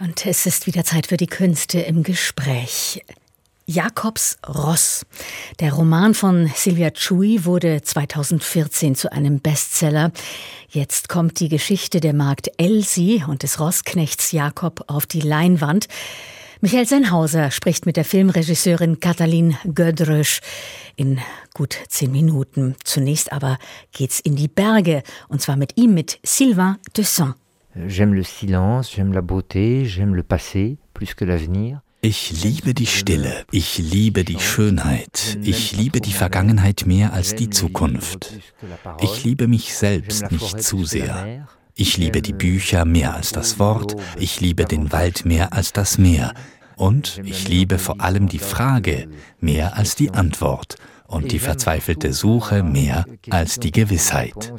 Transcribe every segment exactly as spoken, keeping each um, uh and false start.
Und es ist wieder Zeit für die Künste im Gespräch. Jakobs Ross. Der Roman von Silvia Chui wurde zweitausendvierzehn zu einem Bestseller. Jetzt kommt die Geschichte der Magd Elsie und des Rossknechts Jakob auf die Leinwand. Michael Sennhauser spricht mit der Filmregisseurin Katalin Gödrösch in gut zehn Minuten. Zunächst aber geht's in die Berge, und zwar mit ihm, mit Sylvain Tesson. J'aime le silence, j'aime la beauté, j'aime le passé, plus que l'avenir. Ich liebe die Stille, ich liebe die Schönheit, ich liebe die Vergangenheit mehr als die Zukunft. Ich liebe mich selbst nicht zu sehr. Ich liebe die Bücher mehr als das Wort, ich liebe den Wald mehr als das Meer. Und ich liebe vor allem die Frage mehr als die Antwort und die verzweifelte Suche mehr als die Gewissheit.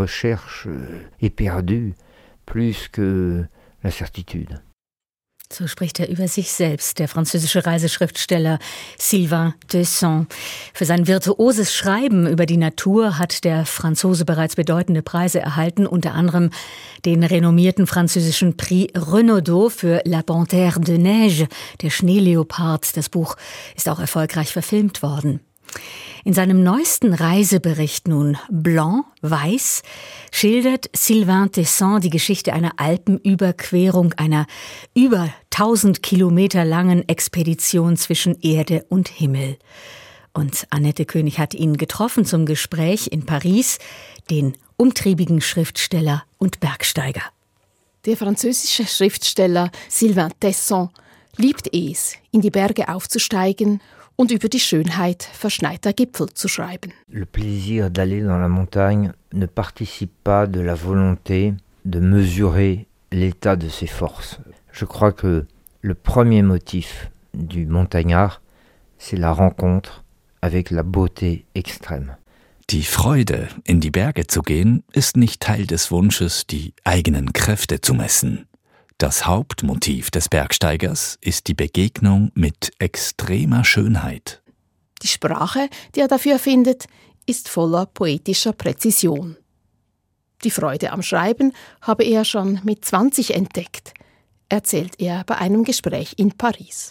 Plus que la certitude. So spricht er über sich selbst, der französische Reiseschriftsteller Sylvain Tesson. Für sein virtuoses Schreiben über die Natur hat der Franzose bereits bedeutende Preise erhalten, unter anderem den renommierten französischen Prix Renaudot für La Panthère de Neige, der Schneeleopard. Das Buch ist auch erfolgreich verfilmt worden. In seinem neuesten Reisebericht nun Blanc, Weiß, schildert Sylvain Tesson die Geschichte einer Alpenüberquerung, einer über tausend Kilometer langen Expedition zwischen Erde und Himmel. Und Annette König hat ihn getroffen zum Gespräch in Paris, den umtriebigen Schriftsteller und Bergsteiger. Der französische Schriftsteller Sylvain Tesson liebt es, in die Berge aufzusteigen und über die Schönheit verschneiter Gipfel zu schreiben. Le plaisir d'aller dans la montagne ne participe pas de la volonté de mesurer l'état de ses forces. Je crois que le premier motif du montagnard, c'est la rencontre avec la beauté extrême. Die Freude, in die Berge zu gehen, ist nicht Teil des Wunsches, die eigenen Kräfte zu messen. Das Hauptmotiv des Bergsteigers ist die Begegnung mit extremer Schönheit. Die Sprache, die er dafür findet, ist voller poetischer Präzision. Die Freude am Schreiben habe er schon mit zwanzig entdeckt, erzählt er bei einem Gespräch in Paris.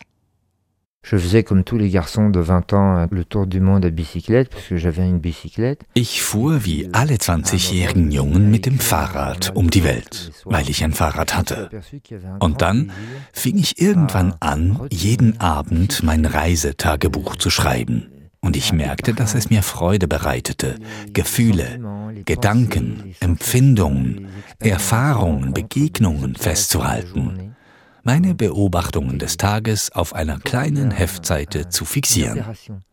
Je faisais comme tous les garçons de vingt ans le tour du monde à bicyclette, parce que j'avais une bicyclette. Ich fuhr wie alle zwanzigjährigen Jungen mit dem Fahrrad um die Welt, weil ich ein Fahrrad hatte. Und dann fing ich irgendwann an, jeden Abend mein Reisetagebuch zu schreiben. Und ich merkte, dass es mir Freude bereitete, Gefühle, Gedanken, Empfindungen, Erfahrungen, Begegnungen festzuhalten. Meine Beobachtungen des Tages auf einer kleinen Heftseite zu fixieren.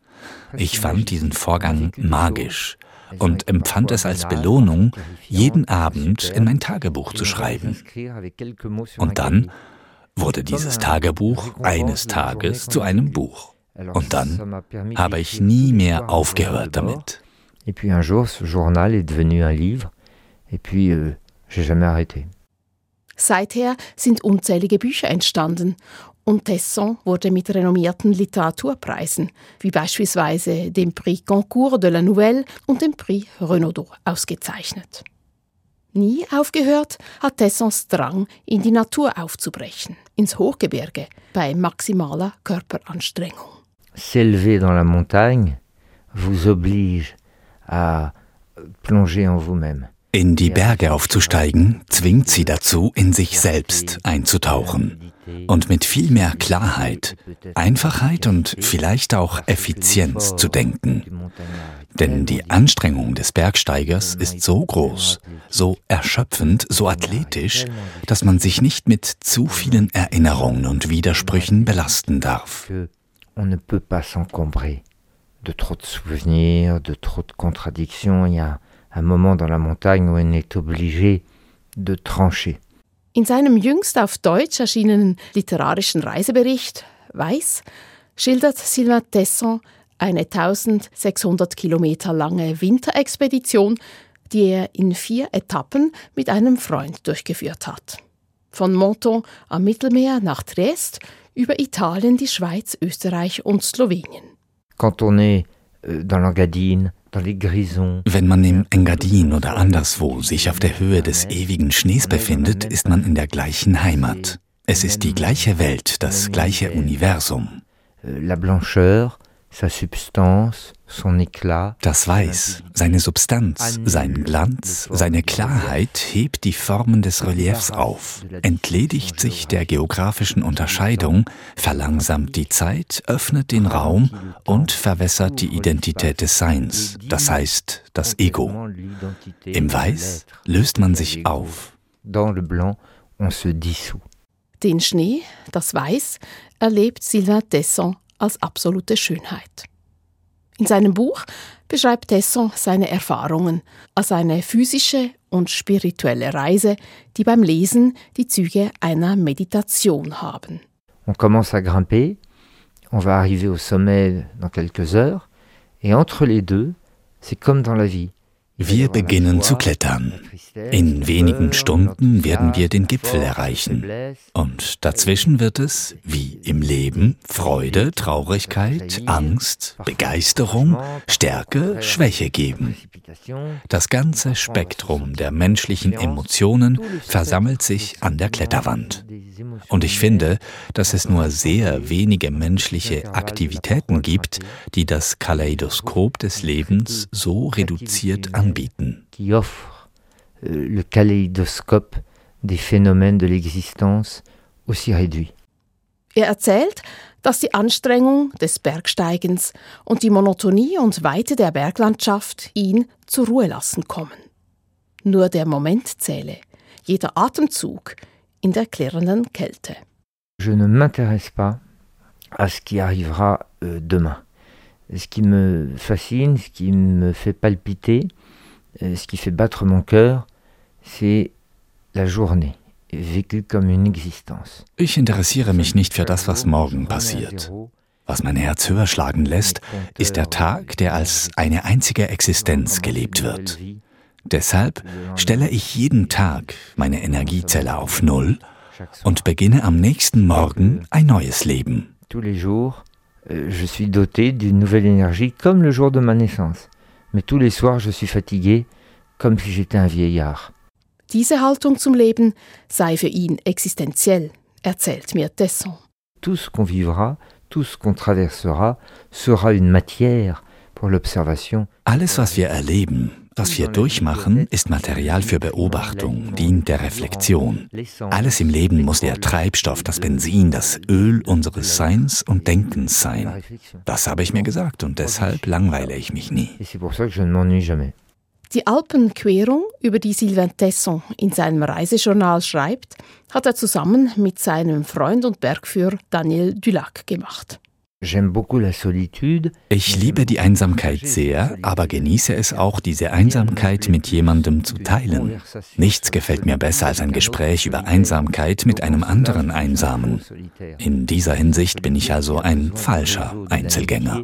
Ich fand diesen Vorgang magisch und empfand es als Belohnung, jeden Abend in mein Tagebuch zu schreiben. Und dann wurde dieses Tagebuch eines Tages zu einem Buch. Und dann habe ich nie mehr aufgehört damit. Et puis un jour, ce journal est devenu un livre. Et puis, euh, j'ai jamais arrêté. Seither sind unzählige Bücher entstanden und Tesson wurde mit renommierten Literaturpreisen, wie beispielsweise dem Prix Goncourt de la Nouvelle und dem Prix Renaudot, ausgezeichnet. Nie aufgehört hat Tessons Drang, in die Natur aufzubrechen, ins Hochgebirge, bei maximaler Körperanstrengung. S'élever dans la montagne vous oblige à plonger en vous-même. In die Berge aufzusteigen, zwingt sie dazu, in sich selbst einzutauchen und mit viel mehr Klarheit, Einfachheit und vielleicht auch Effizienz zu denken. Denn die Anstrengung des Bergsteigers ist so groß, so erschöpfend, so athletisch, dass man sich nicht mit zu vielen Erinnerungen und Widersprüchen belasten darf. On ne peut pas s'encombrer de trop de souvenirs, de trop de contradictions. Il y a un moment dans la montagne où on est obligé de trancher. In seinem jüngst auf Deutsch erschienenen literarischen Reisebericht Weiß schildert Sylvain Tesson eine eintausendsechshundert Kilometer lange Winterexpedition, die er in vier Etappen mit einem Freund durchgeführt hat. Von Menton am Mittelmeer nach Triest, über Italien, die Schweiz, Österreich und Slowenien. Quand on est dans l'Engadine, dans les Grisons. Wenn man im Engadin oder anderswo sich auf der Höhe des ewigen Schnees befindet, ist man in der gleichen Heimat. Es ist die gleiche Welt, das gleiche Universum. La blancheur, sa substance, son éclat. Das Weiß, seine Substanz, sein Glanz, seine Klarheit hebt die Formen des Reliefs auf, entledigt sich der geografischen Unterscheidung, verlangsamt die Zeit, öffnet den Raum und verwässert die Identität des Seins, das heißt das Ego. Im Weiß löst man sich auf. Dans le blanc, on se dissout. Den Schnee, das Weiß, erlebt Sylvain Tesson als absolute Schönheit. In seinem Buch beschreibt Tesson seine Erfahrungen als eine physische und spirituelle Reise, die beim Lesen die Züge einer Meditation haben. On commence à grimper, on va arriver au sommet dans quelques heures, et entre les deux, c'est comme dans la vie. Wir beginnen zu klettern. In wenigen Stunden werden wir den Gipfel erreichen. Und dazwischen wird es, wie im Leben, Freude, Traurigkeit, Angst, Begeisterung, Stärke, Schwäche geben. Das ganze Spektrum der menschlichen Emotionen versammelt sich an der Kletterwand. Und ich finde, dass es nur sehr wenige menschliche Aktivitäten gibt, die das Kaleidoskop des Lebens so reduziert anbieten. Qui offre le kaléidoscope des phénomènes de l'existence aussi réduit. Er erzählt, dass die Anstrengung des Bergsteigens und die Monotonie und Weite der Berglandschaft ihn zur Ruhe lassen kommen. Nur der Moment zähle, jeder Atemzug in der klirrenden Kälte. Je ne m'intéresse pas à ce qui arrivera euh, demain. Ce qui me fascine, ce qui me fait palpiter, euh, ce qui fait battre mon cœur, c'est la journée, vécue comme une existence. Ich interessiere mich nicht für das, was morgen passiert. Was mein Herz höher schlagen lässt, ist der Tag, der als eine einzige Existenz gelebt wird. Deshalb stelle ich jeden Tag meine Energiezelle auf Null und beginne am nächsten Morgen ein neues Leben. Tous les jours, je suis doté d'une nouvelle énergie comme le jour de ma naissance. Mais tous les soirs, je suis fatigué comme si j'étais un vieillard. Diese Haltung zum Leben sei für ihn existenziell, erzählt mir Tesson. Tout ce qu'on vivra, tout ce qu'on traversera, sera une matière pour l'observation. Alles, was wir erleben, was wir durchmachen, ist Material für Beobachtung, dient der Reflexion. Alles im Leben muss der Treibstoff, das Benzin, das Öl unseres Seins und Denkens sein. Das habe ich mir gesagt und deshalb langweile ich mich nie. Die Alpenquerung, über die Sylvain Tesson in seinem Reisejournal schreibt, hat er zusammen mit seinem Freund und Bergführer Daniel Dulac gemacht. Ich liebe die Einsamkeit sehr, aber genieße es auch, diese Einsamkeit mit jemandem zu teilen. Nichts gefällt mir besser als ein Gespräch über Einsamkeit mit einem anderen Einsamen. In dieser Hinsicht bin ich also ein falscher Einzelgänger.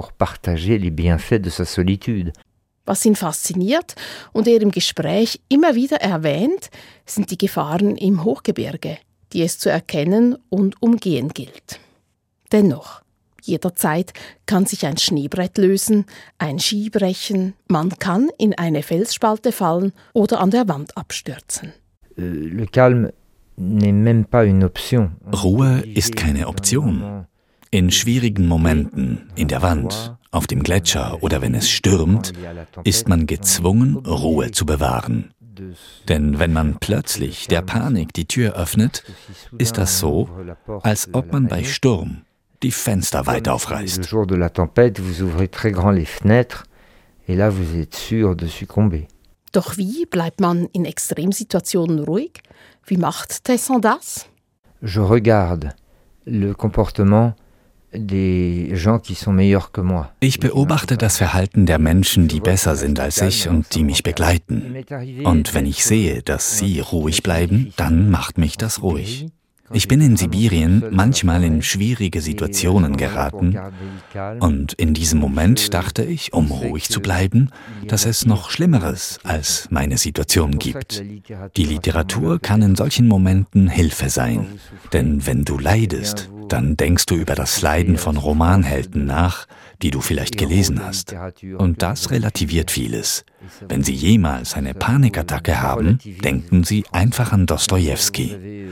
Was ihn fasziniert und er im Gespräch immer wieder erwähnt, sind die Gefahren im Hochgebirge, die es zu erkennen und umgehen gilt. Dennoch, jederzeit kann sich ein Schneebrett lösen, ein Ski brechen, man kann in eine Felsspalte fallen oder an der Wand abstürzen. Le calme n'est même pas une option. Ruhe ist keine Option. In schwierigen Momenten, in der Wand, auf dem Gletscher oder wenn es stürmt, ist man gezwungen, Ruhe zu bewahren. Denn wenn man plötzlich der Panik die Tür öffnet, ist das so, als ob man bei Sturm die Fenster weit aufreißt. Le jour de la tempête, vous ouvrez très grand les fenêtres et là vous êtes sûr de succomber. Doch wie bleibt man in Extremsituationen ruhig? Wie macht Tesson das? Je regarde le comportement des gens qui sont meilleurs que moi. Ich beobachte das Verhalten der Menschen, die besser sind als ich und die mich begleiten. Und wenn ich sehe, dass sie ruhig bleiben, dann macht mich das ruhig. Ich bin in Sibirien manchmal in schwierige Situationen geraten und in diesem Moment dachte ich, um ruhig zu bleiben, dass es noch Schlimmeres als meine Situation gibt. Die Literatur kann in solchen Momenten Hilfe sein, denn wenn du leidest, dann denkst du über das Leiden von Romanhelden nach, die du vielleicht gelesen hast. Und das relativiert vieles. Wenn Sie jemals eine Panikattacke haben, denken Sie einfach an Dostojewski.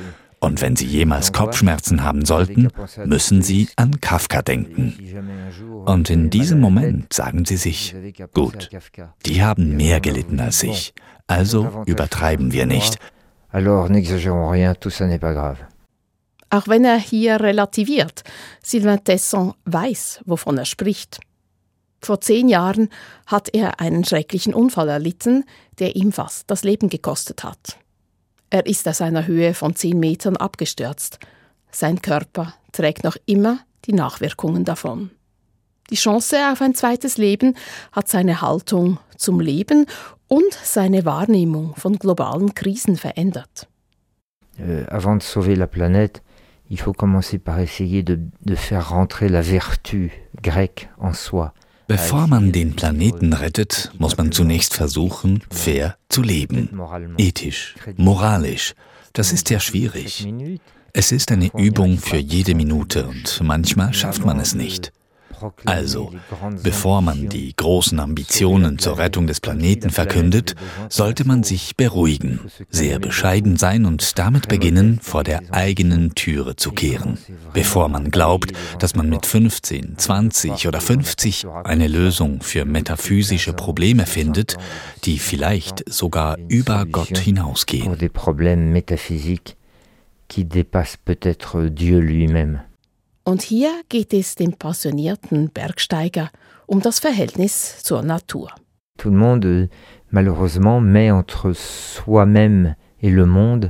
Und wenn Sie jemals Kopfschmerzen haben sollten, müssen Sie an Kafka denken. Und in diesem Moment sagen Sie sich, gut, die haben mehr gelitten als ich, also übertreiben wir nicht. Alors n'exagérons rien, tout ça n'est pas grave. Auch wenn er hier relativiert, Sylvain Tesson weiß, wovon er spricht. Vor zehn Jahren hat er einen schrecklichen Unfall erlitten, der ihm fast das Leben gekostet hat. Er ist aus einer Höhe von zehn Metern abgestürzt. Sein Körper trägt noch immer die Nachwirkungen davon. Die Chance auf ein zweites Leben hat seine Haltung zum Leben und seine Wahrnehmung von globalen Krisen verändert. Euh, avant de sauver la planète, il faut commencer par essayer de, de faire rentrer la vertu grecque en soi. Bevor man den Planeten rettet, muss man zunächst versuchen, fair zu leben. Ethisch, moralisch. Das ist ja schwierig. Es ist eine Übung für jede Minute und manchmal schafft man es nicht. Also, bevor man die großen Ambitionen zur Rettung des Planeten verkündet, sollte man sich beruhigen, sehr bescheiden sein und damit beginnen, vor der eigenen Türe zu kehren. Bevor man glaubt, dass man mit fünfzehn, zwanzig oder fünfzig eine Lösung für metaphysische Probleme findet, die vielleicht sogar über Gott hinausgehen. Des problèmes métaphysiques qui dépassent peut-être Dieu lui-même. Und hier geht es dem passionierten Bergsteiger um das Verhältnis zur Natur. Tout le monde, malheureusement, met entre soi-même et le monde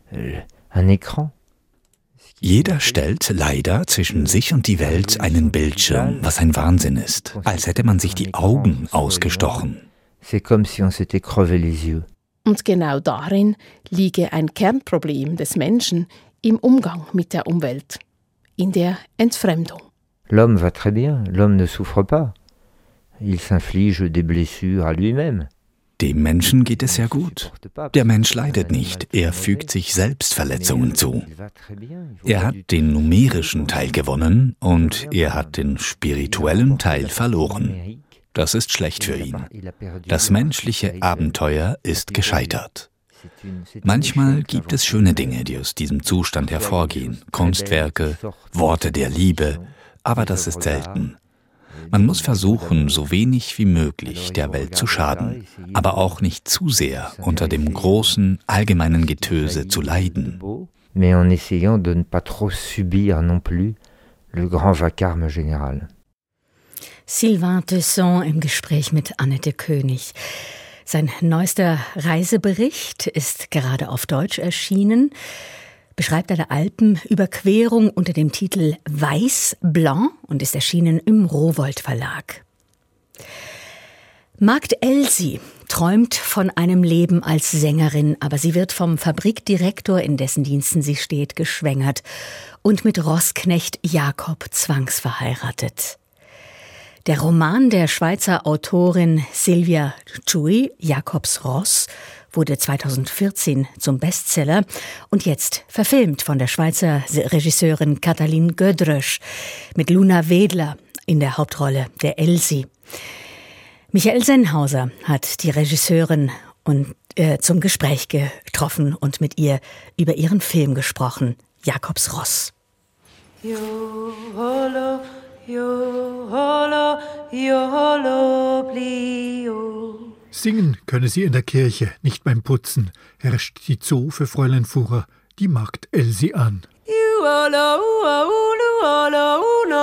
un écran. Jeder stellt leider zwischen sich und die Welt einen Bildschirm, was ein Wahnsinn ist, als hätte man sich die Augen ausgestochen. C'est comme si on s'était crevé les yeux. Und genau darin liege ein Kernproblem des Menschen im Umgang mit der Umwelt. In der Entfremdung. L'homme va très bien, l'homme ne souffre pas. Il s'inflige des blessures à lui-même. Dem Menschen geht es ja gut. Der Mensch leidet nicht, er fügt sich selbst Verletzungen zu. Er hat den numerischen Teil gewonnen und er hat den spirituellen Teil verloren. Das ist schlecht für ihn. Das menschliche Abenteuer ist gescheitert. Manchmal gibt es schöne Dinge, die aus diesem Zustand hervorgehen, Kunstwerke, Worte der Liebe, aber das ist selten. Man muss versuchen, so wenig wie möglich der Welt zu schaden, aber auch nicht zu sehr unter dem großen, allgemeinen Getöse zu leiden. Mais en essayant de ne pas trop subir non plus le grand vacarme général. Sylvain Tesson im Gespräch mit Annette König. Sein neuester Reisebericht ist gerade auf Deutsch erschienen, beschreibt eine Alpenüberquerung unter dem Titel Weiß Blanc und ist erschienen im Rowohlt Verlag. Magd Elsie träumt von einem Leben als Sängerin, aber sie wird vom Fabrikdirektor, in dessen Diensten sie steht, geschwängert und mit Rossknecht Jakob zwangsverheiratet. Der Roman der Schweizer Autorin Sylvia Chui, Jakobs Ross, wurde zweitausendvierzehn zum Bestseller und jetzt verfilmt von der Schweizer Regisseurin Katalin Gödrösch mit Luna Wedler in der Hauptrolle der Elsie. Michael Sennhauser hat die Regisseurin und, äh, zum Gespräch getroffen und mit ihr über ihren Film gesprochen, Jakobs Ross. Yo, holo. Joholo, joholo, blio. Singen könne sie in der Kirche, nicht beim Putzen, herrscht die Zoo für Fräulein Furrer, die Magd Elsie an. Joholo, joholo,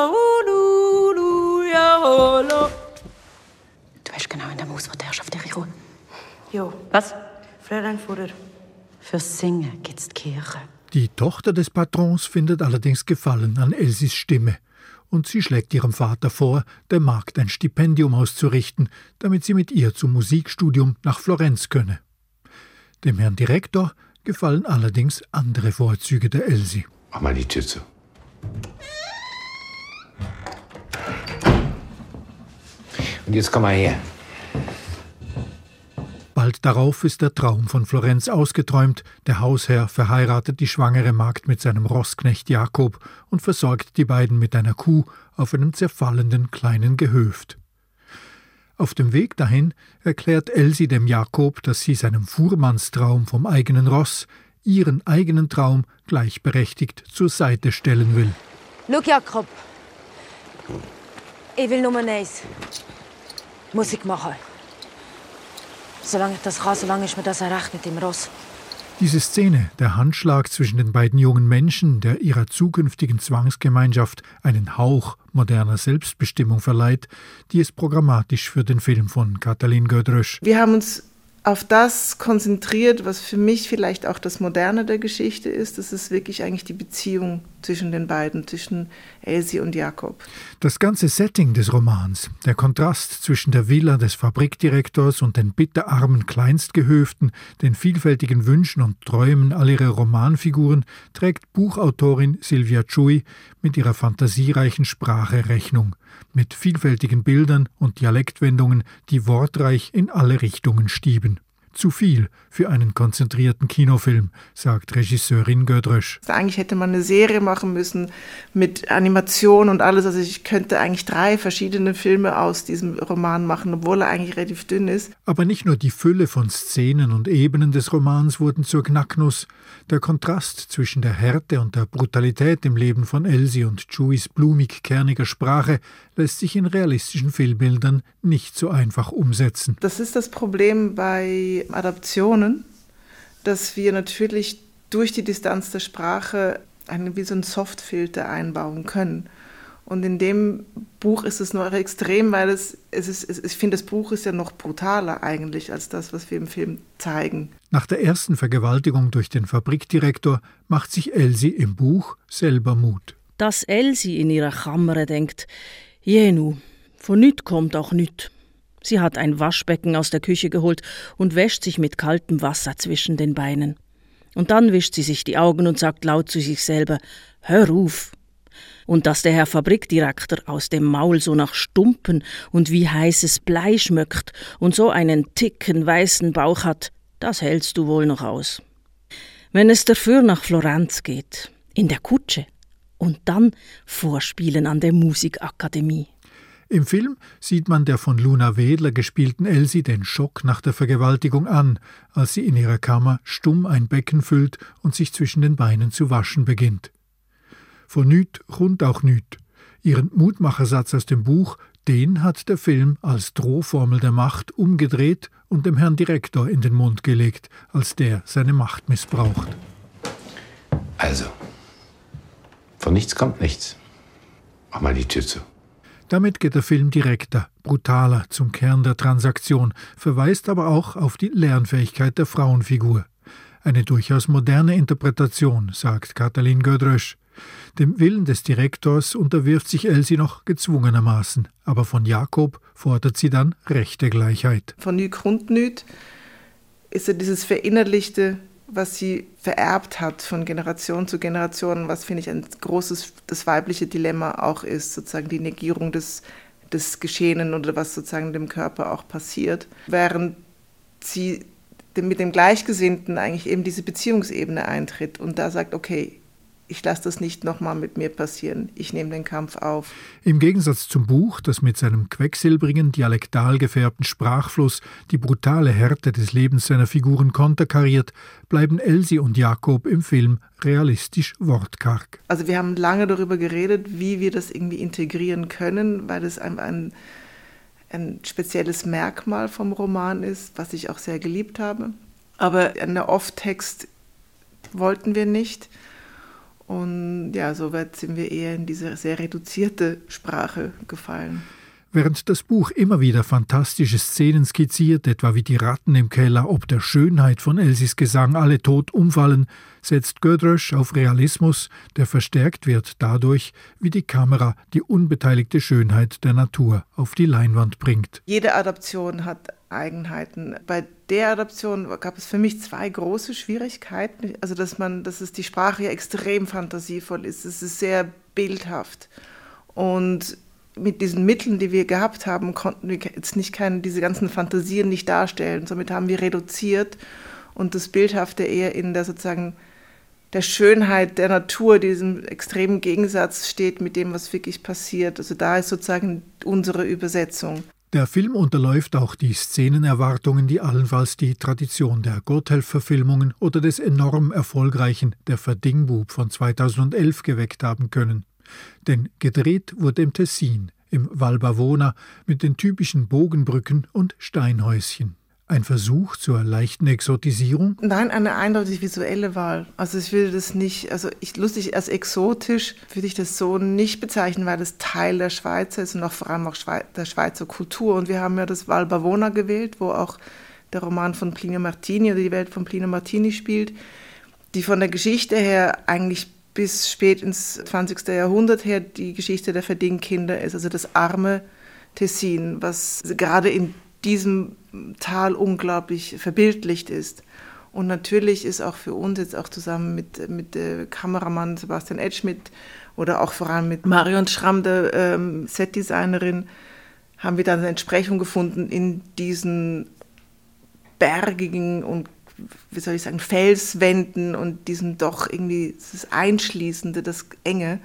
joholo. Du weißt genau, in der Maus wird die Herrschaft der Ruhe. Jo. Was? Fräulein Furrer. Fürs Singen gibt's die Kirche. Die Tochter des Patrons findet allerdings Gefallen an Elsies Stimme. Und sie schlägt ihrem Vater vor, der Magd ein Stipendium auszurichten, damit sie mit ihr zum Musikstudium nach Florenz könne. Dem Herrn Direktor gefallen allerdings andere Vorzüge der Elsie. Mach mal die Tür zu. Und jetzt komm mal her. Bald darauf ist der Traum von Florenz ausgeträumt. Der Hausherr verheiratet die schwangere Magd mit seinem Rossknecht Jakob und versorgt die beiden mit einer Kuh auf einem zerfallenden kleinen Gehöft. Auf dem Weg dahin erklärt Elsie dem Jakob, dass sie seinem Fuhrmannstraum vom eigenen Ross ihren eigenen Traum gleichberechtigt zur Seite stellen will. Schau, Jakob. Ich will nur eins. Musik machen. Solange ich das kann, solange ist mir das ein Recht mit dem Ross. Diese Szene, der Handschlag zwischen den beiden jungen Menschen, der ihrer zukünftigen Zwangsgemeinschaft einen Hauch moderner Selbstbestimmung verleiht, die ist programmatisch für den Film von Katalin Gödrösch. Wir haben uns auf das konzentriert, was für mich vielleicht auch das Moderne der Geschichte ist. Das ist wirklich eigentlich die Beziehung zwischen den beiden, zwischen Elsie und Jakob. Das ganze Setting des Romans, der Kontrast zwischen der Villa des Fabrikdirektors und den bitterarmen Kleinstgehöften, den vielfältigen Wünschen und Träumen all ihrer Romanfiguren, trägt Buchautorin Silvia Chui mit ihrer fantasiereichen Sprache Rechnung, mit vielfältigen Bildern und Dialektwendungen, die wortreich in alle Richtungen stieben. Zu viel für einen konzentrierten Kinofilm, sagt Regisseurin Gödrösch. Eigentlich hätte man eine Serie machen müssen mit Animation und alles. Also ich könnte eigentlich drei verschiedene Filme aus diesem Roman machen, obwohl er eigentlich relativ dünn ist. Aber nicht nur die Fülle von Szenen und Ebenen des Romans wurden zur Knacknuss. Der Kontrast zwischen der Härte und der Brutalität im Leben von Elsie und Chuis blumig-kerniger Sprache lässt sich in realistischen Filmbildern nicht so einfach umsetzen. Das ist das Problem bei Adaptionen, dass wir natürlich durch die Distanz der Sprache einen, wie so einen Softfilter einbauen können. Und in dem Buch ist es noch extrem, weil es, es ist, es, ich finde, das Buch ist ja noch brutaler eigentlich als das, was wir im Film zeigen. Nach der ersten Vergewaltigung durch den Fabrikdirektor macht sich Elsie im Buch selber Mut. Dass Elsie in ihrer Kammer denkt, jenu, von nüt kommt auch nüt. Sie hat ein Waschbecken aus der Küche geholt und wäscht sich mit kaltem Wasser zwischen den Beinen. Und dann wischt sie sich die Augen und sagt laut zu sich selber, hör auf. Und dass der Herr Fabrikdirektor aus dem Maul so nach Stumpen und wie heißes Blei schmeckt und so einen dicken weißen Bauch hat, das hältst du wohl noch aus. Wenn es dafür nach Florenz geht, in der Kutsche, und dann vorspielen an der Musikakademie. Im Film sieht man der von Luna Wedler gespielten Elsie den Schock nach der Vergewaltigung an, als sie in ihrer Kammer stumm ein Becken füllt und sich zwischen den Beinen zu waschen beginnt. Von nüt rund auch nüt. Ihren Mutmachersatz aus dem Buch, den hat der Film als Drohformel der Macht umgedreht und dem Herrn Direktor in den Mund gelegt, als der seine Macht missbraucht. Also, von nichts kommt nichts. Mach mal die Tür zu. Damit geht der Film direkter, brutaler zum Kern der Transaktion, verweist aber auch auf die Lernfähigkeit der Frauenfigur. Eine durchaus moderne Interpretation, sagt Katalin Gödrösch. Dem Willen des Direktors unterwirft sich Elsie noch gezwungenermaßen, aber von Jakob fordert sie dann rechte Gleichheit. Von nüt grund nüt ist ja dieses Verinnerlichte, was sie vererbt hat von Generation zu Generation, was, finde ich, ein großes, das weibliche Dilemma auch ist, sozusagen die Negierung des, des Geschehenen oder was sozusagen dem Körper auch passiert, während sie mit dem Gleichgesinnten eigentlich eben diese Beziehungsebene eintritt und da sagt, okay, ich lasse das nicht nochmal mit mir passieren. Ich nehme den Kampf auf. Im Gegensatz zum Buch, das mit seinem quecksilbrigen, dialektal gefärbten Sprachfluss die brutale Härte des Lebens seiner Figuren konterkariert, bleiben Elsie und Jakob im Film realistisch wortkarg. Also wir haben lange darüber geredet, wie wir das irgendwie integrieren können, weil es ein, ein, ein spezielles Merkmal vom Roman ist, was ich auch sehr geliebt habe. Aber einen Off-Text wollten wir nicht. Und ja, soweit sind wir eher in diese sehr reduzierte Sprache gefallen. Während das Buch immer wieder fantastische Szenen skizziert, etwa wie die Ratten im Keller ob der Schönheit von Elsies Gesang alle tot umfallen, setzt Gödrösch auf Realismus, der verstärkt wird dadurch, wie die Kamera die unbeteiligte Schönheit der Natur auf die Leinwand bringt. Jede Adaption hat Eigenheiten. Bei der Adaption gab es für mich zwei große Schwierigkeiten. Also, dass man, dass es die Sprache ja extrem fantasievoll ist. Es ist sehr bildhaft. Und mit diesen Mitteln, die wir gehabt haben, konnten wir jetzt nicht keine, diese ganzen Fantasien nicht darstellen. Somit haben wir reduziert und das Bildhafte eher in der sozusagen der Schönheit der Natur, diesem extremen Gegensatz steht mit dem, was wirklich passiert. Also da ist sozusagen unsere Übersetzung. Der Film unterläuft auch die Szenenerwartungen, die allenfalls die Tradition der Gotthelf-Verfilmungen oder des enorm erfolgreichen Der Verdingbub von zweitausendelf geweckt haben können. Denn gedreht wurde im Tessin, im Val Bavona, mit den typischen Bogenbrücken und Steinhäuschen. Ein Versuch zur leichten Exotisierung? Nein, eine eindeutig visuelle Wahl. Also ich will das nicht, also ich lustig als exotisch würde ich das so nicht bezeichnen, weil das Teil der Schweizer ist und auch vor allem auch Schweiz, der Schweizer Kultur. Und wir haben ja das Val Bavona gewählt, wo auch der Roman von Plinio Martini oder die Welt von Plinio Martini spielt, die von der Geschichte her eigentlich bis spät ins zwanzigsten Jahrhundert her die Geschichte der Verdingkinder ist, also das arme Tessin, was gerade in diesem Tal unglaublich verbildlicht ist. Und natürlich ist auch für uns jetzt auch zusammen mit, mit dem Kameramann Sebastian Edschmidt oder auch vor allem mit Marion Schramm, der ähm, Setdesignerin, haben wir dann eine Entsprechung gefunden in diesen bergigen und, wie soll ich sagen, Felswänden und diesem doch irgendwie das Einschließende, das Enge,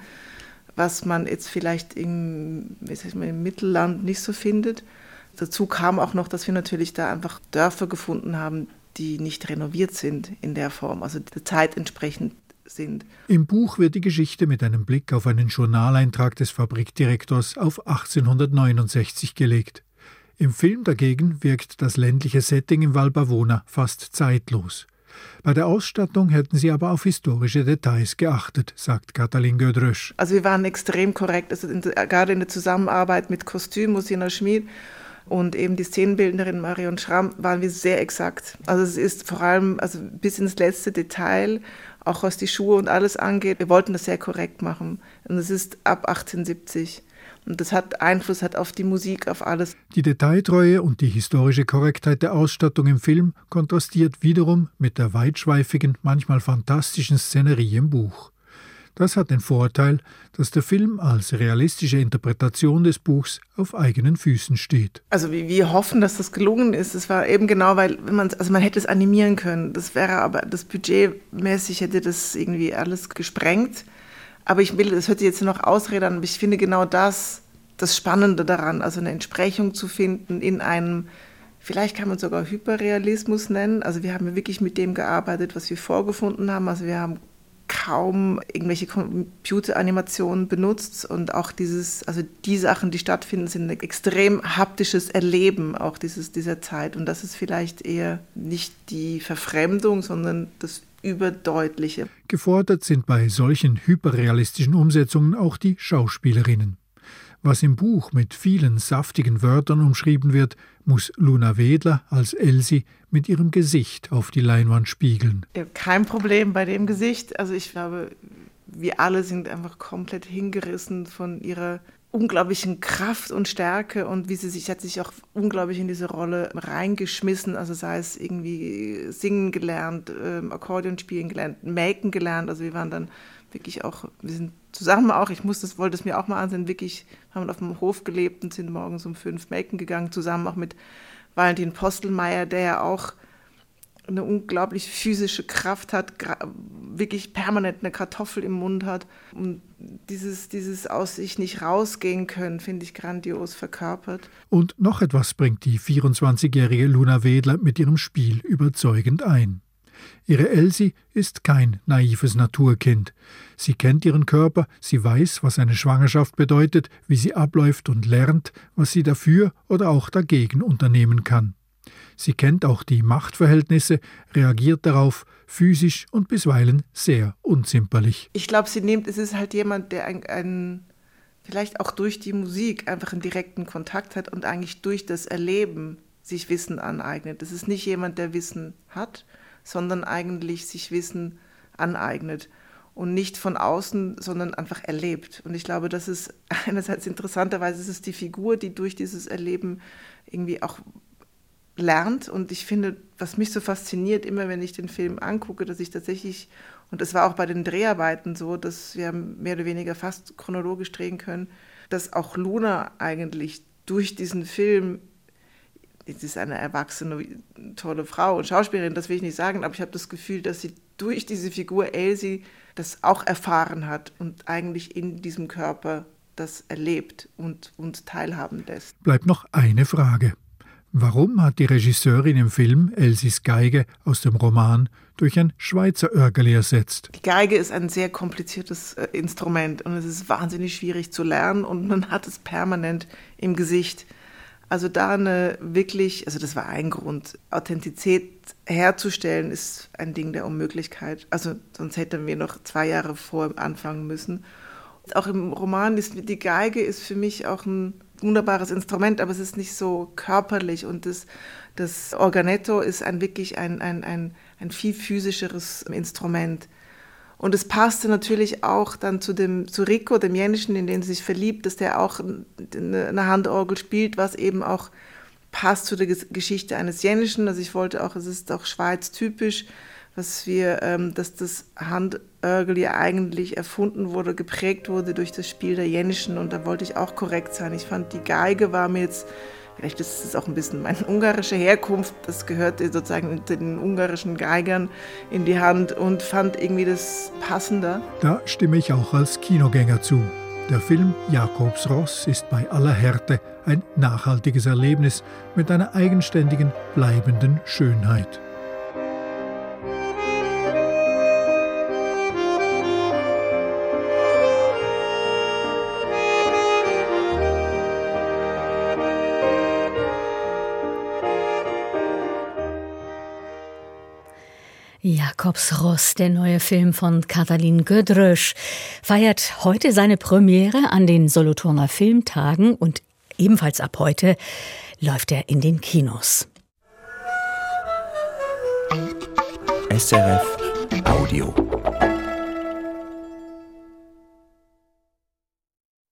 was man jetzt vielleicht im, wie sag ich mal, im Mittelland nicht so findet. Dazu kam auch noch, dass wir natürlich da einfach Dörfer gefunden haben, die nicht renoviert sind in der Form, also der Zeit entsprechend sind. Im Buch wird die Geschichte mit einem Blick auf einen Journaleintrag des Fabrikdirektors auf achtzehnhundertneunundsechzig gelegt. Im Film dagegen wirkt das ländliche Setting im Val Bavona fast zeitlos. Bei der Ausstattung hätten sie aber auf historische Details geachtet, sagt Katalin Gödrösch. Also wir waren extrem korrekt, also in, gerade in der Zusammenarbeit mit Kostüm, Musina Schmid, und eben die Szenenbildnerin Marion Schramm waren wir sehr exakt. Also es ist vor allem also bis ins letzte Detail, auch was die Schuhe und alles angeht. Wir wollten das sehr korrekt machen. Und es ist ab achtzehnhundertsiebzig. Und das hat Einfluss hat auf die Musik, auf alles. Die Detailtreue und die historische Korrektheit der Ausstattung im Film kontrastiert wiederum mit der weitschweifigen, manchmal fantastischen Szenerie im Buch. Das hat den Vorteil, dass der Film als realistische Interpretation des Buchs auf eigenen Füßen steht. Also wir hoffen, dass das gelungen ist. Es war eben genau, weil man, also man hätte es animieren können. Das wäre aber, das budgetmäßig hätte das irgendwie alles gesprengt. Aber ich will, das hört sich jetzt noch Ausrede an, aber ich finde genau das, das Spannende daran, also eine Entsprechung zu finden in einem, vielleicht kann man es sogar Hyperrealismus nennen. Also wir haben ja wirklich mit dem gearbeitet, was wir vorgefunden haben. Also wir haben kaum irgendwelche Computeranimationen benutzt und auch dieses, also die Sachen, die stattfinden, sind ein extrem haptisches Erleben auch dieses, dieser Zeit. Und das ist vielleicht eher nicht die Verfremdung, sondern das Überdeutliche. Gefordert sind bei solchen hyperrealistischen Umsetzungen auch die Schauspielerinnen. Was im Buch mit vielen saftigen Wörtern umschrieben wird, muss Luna Wedler als Elsie mit ihrem Gesicht auf die Leinwand spiegeln. Ich habe kein Problem bei dem Gesicht. Also ich glaube, wir alle sind einfach komplett hingerissen von ihrer unglaublichen Kraft und Stärke und wie sie sich, hat sich auch unglaublich in diese Rolle reingeschmissen, also sei es irgendwie singen gelernt, ähm, Akkordeon spielen gelernt, melken gelernt, also wir waren dann wirklich auch, wir sind zusammen auch, ich musste, wollte es mir auch mal ansehen, wirklich haben auf dem Hof gelebt und sind morgens um fünf melken gegangen, zusammen auch mit Valentin Postelmeier, der ja auch eine unglaublich physische Kraft hat, wirklich permanent eine Kartoffel im Mund hat. Und dieses, dieses aus sich nicht rausgehen können, finde ich grandios verkörpert. Und noch etwas bringt die vierundzwanzigjährige Luna Wedler mit ihrem Spiel überzeugend ein. Ihre Elsie ist kein naives Naturkind. Sie kennt ihren Körper, sie weiß, was eine Schwangerschaft bedeutet, wie sie abläuft und lernt, was sie dafür oder auch dagegen unternehmen kann. Sie kennt auch die Machtverhältnisse, reagiert darauf, physisch und bisweilen sehr unzimperlich. Ich glaube, sie nimmt, es ist halt jemand, der ein, ein, vielleicht auch durch die Musik einfach einen direkten Kontakt hat und eigentlich durch das Erleben sich Wissen aneignet. Es ist nicht jemand, der Wissen hat, sondern eigentlich sich Wissen aneignet. Und nicht von außen, sondern einfach erlebt. Und ich glaube, das ist einerseits interessanterweise ist es die Figur, die durch dieses Erleben irgendwie auch lernt. Und ich finde, was mich so fasziniert, immer wenn ich den Film angucke, dass ich tatsächlich, und es war auch bei den Dreharbeiten so, dass wir mehr oder weniger fast chronologisch drehen können, dass auch Luna eigentlich durch diesen Film, es ist eine erwachsene, tolle Frau und Schauspielerin, das will ich nicht sagen, aber ich habe das Gefühl, dass sie durch diese Figur Elsie das auch erfahren hat und eigentlich in diesem Körper das erlebt und uns teilhaben lässt. Bleibt noch eine Frage. Warum hat die Regisseurin im Film Elsis Geige aus dem Roman durch ein Schweizer Örgeli ersetzt? Die Geige ist ein sehr kompliziertes äh, Instrument und es ist wahnsinnig schwierig zu lernen und man hat es permanent im Gesicht. Also da eine wirklich, also das war ein Grund, Authentizität herzustellen, ist ein Ding der Unmöglichkeit. Also sonst hätten wir noch zwei Jahre vor anfangen müssen. Auch im Roman ist die Geige ist für mich auch ein wunderbares Instrument, aber es ist nicht so körperlich und das, das Organetto ist ein, wirklich ein, ein, ein, ein viel physischeres Instrument. Und es passte natürlich auch dann zu dem zu Rico, dem Jenischen, in den sie sich verliebt, dass der auch eine Handorgel spielt, was eben auch passt zu der Geschichte eines Jenischen. Also ich wollte auch, es ist auch Schweiz-typisch, was wir, ähm, dass das Handörgel ja eigentlich erfunden wurde, geprägt wurde durch das Spiel der Jenischen und da wollte ich auch korrekt sein. Ich fand, die Geige war mir jetzt, vielleicht ist es auch ein bisschen meine ungarische Herkunft, das gehört sozusagen den ungarischen Geigern in die Hand und fand irgendwie das passender. Da stimme ich auch als Kinogänger zu. Der Film Jakobsross ist bei aller Härte ein nachhaltiges Erlebnis mit einer eigenständigen, bleibenden Schönheit. Jakobsross, der neue Film von Katalin Gödrösch, feiert heute seine Premiere an den Solothurner Filmtagen und ebenfalls ab heute läuft er in den Kinos. S R F Audio.